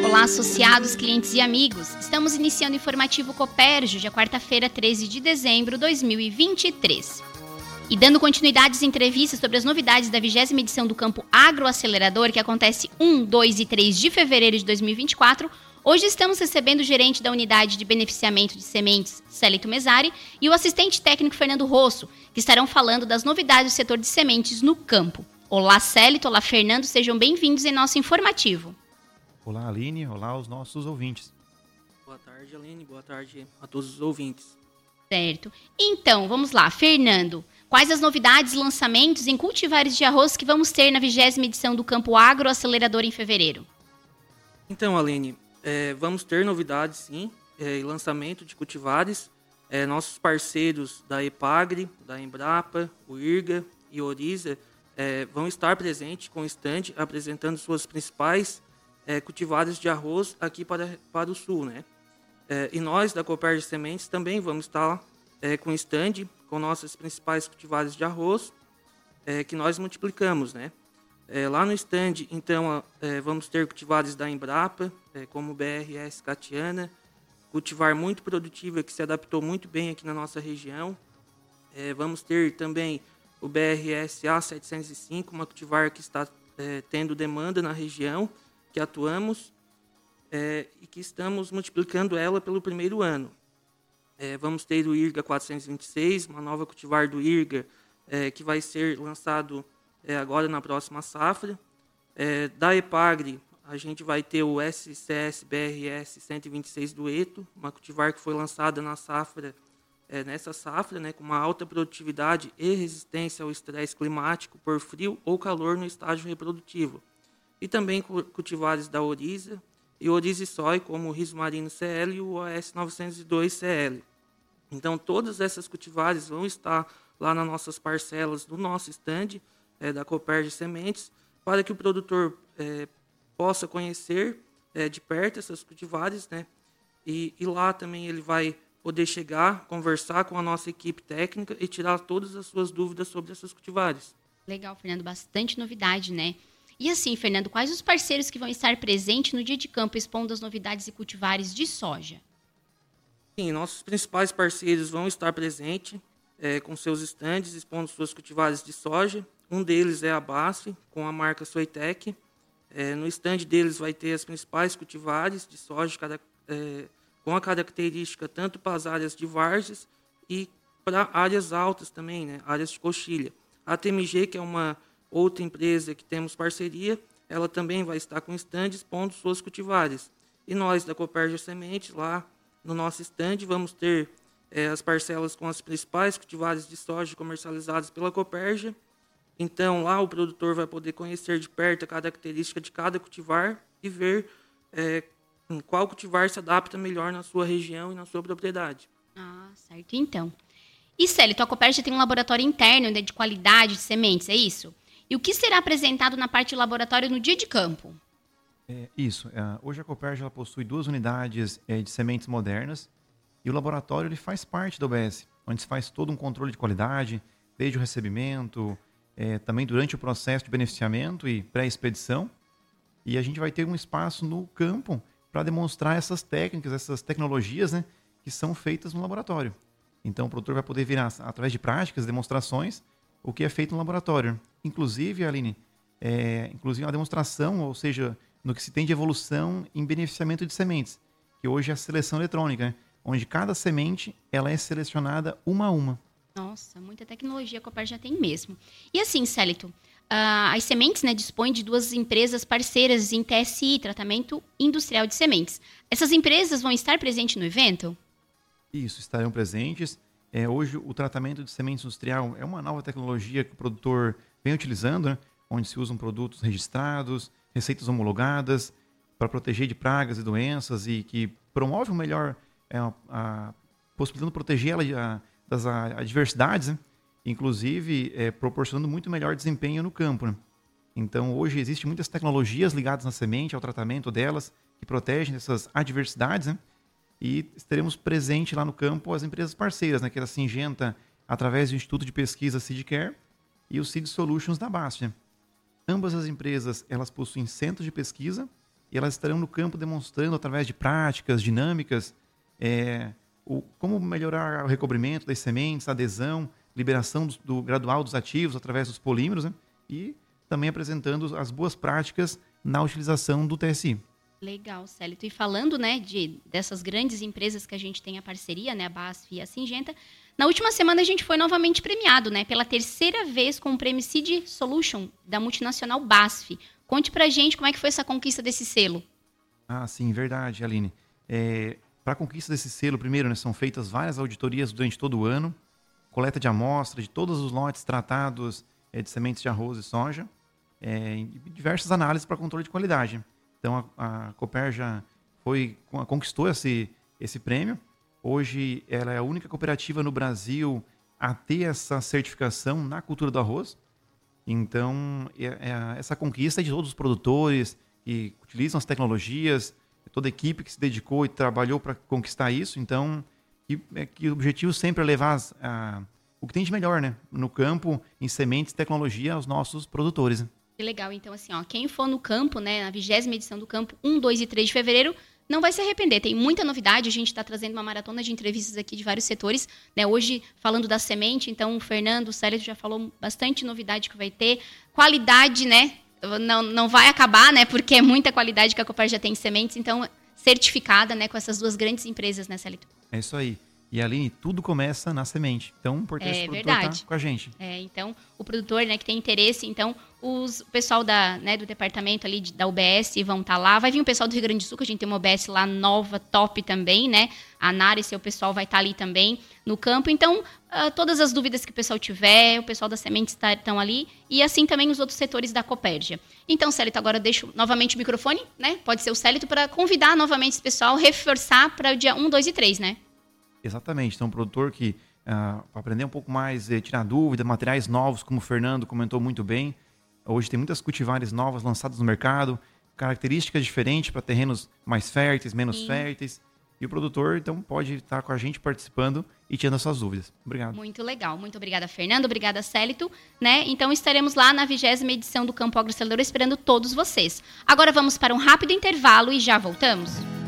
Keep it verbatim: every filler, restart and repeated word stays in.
olá, associados, clientes e amigos. Estamos iniciando o informativo Copérgio, dia quarta-feira, treze de dezembro de dois mil e vinte e três. E dando continuidade às entrevistas sobre as novidades da vigésima edição do Campo Agroacelerador, que acontece um, dois e três de fevereiro de dois mil e vinte e quatro, hoje estamos recebendo o gerente da Unidade de Beneficiamento de Sementes, Célito Mesari, e o assistente técnico Fernando Rosso, que estarão falando das novidades do setor de sementes no campo. Olá, Célito, olá, Fernando, sejam bem-vindos em nosso informativo. Olá, Aline. Olá aos nossos ouvintes. Boa tarde, Aline. Boa tarde a todos os ouvintes. Certo. Então, vamos lá. Fernando, quais as novidades e lançamentos em cultivares de arroz que vamos ter na vigésima edição do Campo Agroacelerador em fevereiro? Então, Aline, é, vamos ter novidades, sim, é, e lançamento de cultivares. É, nossos parceiros da Epagri, da Embrapa, o IRGA e Oriza é, vão estar presentes com o stand apresentando suas principais É, cultivares de arroz aqui para, para o sul, né? É, e nós, da Copérgio Sementes, também vamos estar é, com stand, com nossas principais cultivares de arroz, é, que nós multiplicamos, né? É, lá no stand, então, é, vamos ter cultivares da Embrapa, é, como o B R S Catiana, cultivar muito produtiva, que se adaptou muito bem aqui na nossa região. É, vamos ter também o B R S A setecentos e cinco, uma cultivar que está é, tendo demanda na região, que atuamos é, e que estamos multiplicando ela pelo primeiro ano. É, vamos ter o IRGA quatrocentos e vinte e seis, uma nova cultivar do IRGA, é, que vai ser lançado é, agora na próxima safra. É, da Epagri, a gente vai ter o S C S B R S cento e vinte e seis Dueto, uma cultivar que foi lançada na safra, é, nessa safra, né, com uma alta produtividade e resistência ao estresse climático por frio ou calor no estágio reprodutivo. E também cultivares da Oriza e Oriza e Soy, como o Riso Marino C L e o O S novecentos e dois C L. Então, todas essas cultivares vão estar lá nas nossas parcelas do nosso stand é, da Copérgio Sementes, para que o produtor é, possa conhecer é, de perto essas cultivares, né? E, e lá também ele vai poder chegar, conversar com a nossa equipe técnica e tirar todas as suas dúvidas sobre essas cultivares. Legal, Fernando, bastante novidade, né? E assim, Fernando, quais os parceiros que vão estar presentes no dia de campo expondo as novidades e cultivares de soja? Sim, nossos principais parceiros vão estar presentes é, com seus estandes, expondo suas cultivares de soja. Um deles é a B A S F, com a marca Soitec. É, no estande deles vai ter as principais cultivares de soja cada, é, com a característica tanto para as áreas de várzeas e para áreas altas também, né, áreas de coxilha. A T M G, que é uma outra empresa que temos parceria, ela também vai estar com stand expondo suas cultivares. E nós, da Copérgio Sementes, lá no nosso stand, vamos ter é, as parcelas com as principais cultivares de soja comercializadas pela Copérgio. Então, lá o produtor vai poder conhecer de perto a característica de cada cultivar e ver é, qual cultivar se adapta melhor na sua região e na sua propriedade. Ah, certo, então. E, Célito, a Copérgio tem um laboratório interno, né, de qualidade de sementes, é isso? E o que será apresentado na parte de laboratório no dia de campo? É, isso. É, hoje a Copérgio ela possui duas unidades é, de sementes modernas e o laboratório ele faz parte da O B S, onde se faz todo um controle de qualidade, desde o recebimento, é, também durante o processo de beneficiamento e pré-expedição. E a gente vai ter um espaço no campo para demonstrar essas técnicas, essas tecnologias, né, que são feitas no laboratório. Então o produtor vai poder ver, através de práticas, demonstrações, o que é feito no laboratório. Inclusive, Aline, é, inclusive uma demonstração, ou seja, no que se tem de evolução em beneficiamento de sementes, que hoje é a seleção eletrônica, né? Onde cada semente ela é selecionada uma a uma. Nossa, muita tecnologia a Copérgio já tem mesmo. E assim, Célito, uh, as sementes, né, dispõem de duas empresas parceiras em T S I, Tratamento Industrial de Sementes. Essas empresas vão estar presentes no evento? Isso, estarão presentes. É, hoje, o tratamento de semente industrial é uma nova tecnologia que o produtor vem utilizando, né? Onde se usam produtos registrados, receitas homologadas, para proteger de pragas e doenças e que promove o melhor, é, a, a, possibilitando proteger ela a, das adversidades, né? Inclusive é, proporcionando muito melhor desempenho no campo, né? Então, hoje, existem muitas tecnologias ligadas na semente, ao tratamento delas, que protegem dessas adversidades, né? E estaremos presentes lá no campo as empresas parceiras, né, que é a Syngenta, através do Instituto de Pesquisa Seedcare, e o Seed Solutions da B A S F. Ambas as empresas elas possuem centros de pesquisa e elas estarão no campo demonstrando, através de práticas dinâmicas, é, o, como melhorar o recobrimento das sementes, a adesão, liberação do, do gradual dos ativos através dos polímeros, né? E também apresentando as boas práticas na utilização do T S I. Legal, Célito. E falando, né, de, dessas grandes empresas que a gente tem a parceria, né, a BASF e a Syngenta, na última semana a gente foi novamente premiado, né, pela terceira vez com o prêmio Seed Solution da multinacional BASF. Conte pra gente como é que foi essa conquista desse selo. Ah, sim, verdade, Aline. É, para a conquista desse selo, primeiro, né, são feitas várias auditorias durante todo o ano, coleta de amostra de todos os lotes tratados é, de sementes de arroz e soja, é, e diversas análises para controle de qualidade. Então, a, a Cooperja foi, conquistou esse, esse prêmio. Hoje, ela é a única cooperativa no Brasil a ter essa certificação na cultura do arroz. Então, é, é, essa conquista é de todos os produtores que utilizam as tecnologias, toda a equipe que se dedicou e trabalhou para conquistar isso. Então, que, é, que o objetivo sempre é levar as, a, o que tem de melhor, né, no campo, em sementes e tecnologia, aos nossos produtores. Que legal. Então, assim, ó, quem for no campo, né, na vigésima edição do campo, um, dois e três de fevereiro, não vai se arrepender. Tem muita novidade. A gente está trazendo uma maratona de entrevistas aqui de vários setores, né? Hoje, falando da semente, então, o Fernando, o Célio já falou bastante novidade que vai ter. Qualidade, né? Não, não vai acabar, né? Porque é muita qualidade que a Cooper já tem em sementes, então, certificada, né, com essas duas grandes empresas, né, Célio? É isso aí. E, Aline, tudo começa na semente. Então, o importante é o produtor estar com a gente. É, então, o produtor, né, que tem interesse, então, os, o pessoal da, né, do departamento ali de, da U B S vão estar lá. Vai vir o pessoal do Rio Grande do Sul, que a gente tem uma U B S lá nova, top também, né? A Nara e seu pessoal vai estar ali também no campo. Então, uh, todas as dúvidas que o pessoal tiver, o pessoal das sementes estão ali. E assim também os outros setores da Cooperja. Então, Célito, agora eu deixo novamente o microfone, né? Pode ser o Célito, para convidar novamente esse pessoal, reforçar para o dia um, dois e três, né? Exatamente. Então, o produtor que, uh, para aprender um pouco mais, eh, tirar dúvida, materiais novos, como o Fernando comentou muito bem, hoje tem muitas cultivares novas lançadas no mercado, características diferentes para terrenos mais férteis, menos Sim. férteis. E o produtor, então, pode estar com a gente participando e tirando as suas dúvidas. Obrigado. Muito legal. Muito obrigada, Fernando. Obrigada, Célito. Né? Então, estaremos lá na vigésima edição do Campo Agroacelerador esperando todos vocês. Agora vamos para um rápido intervalo e já voltamos.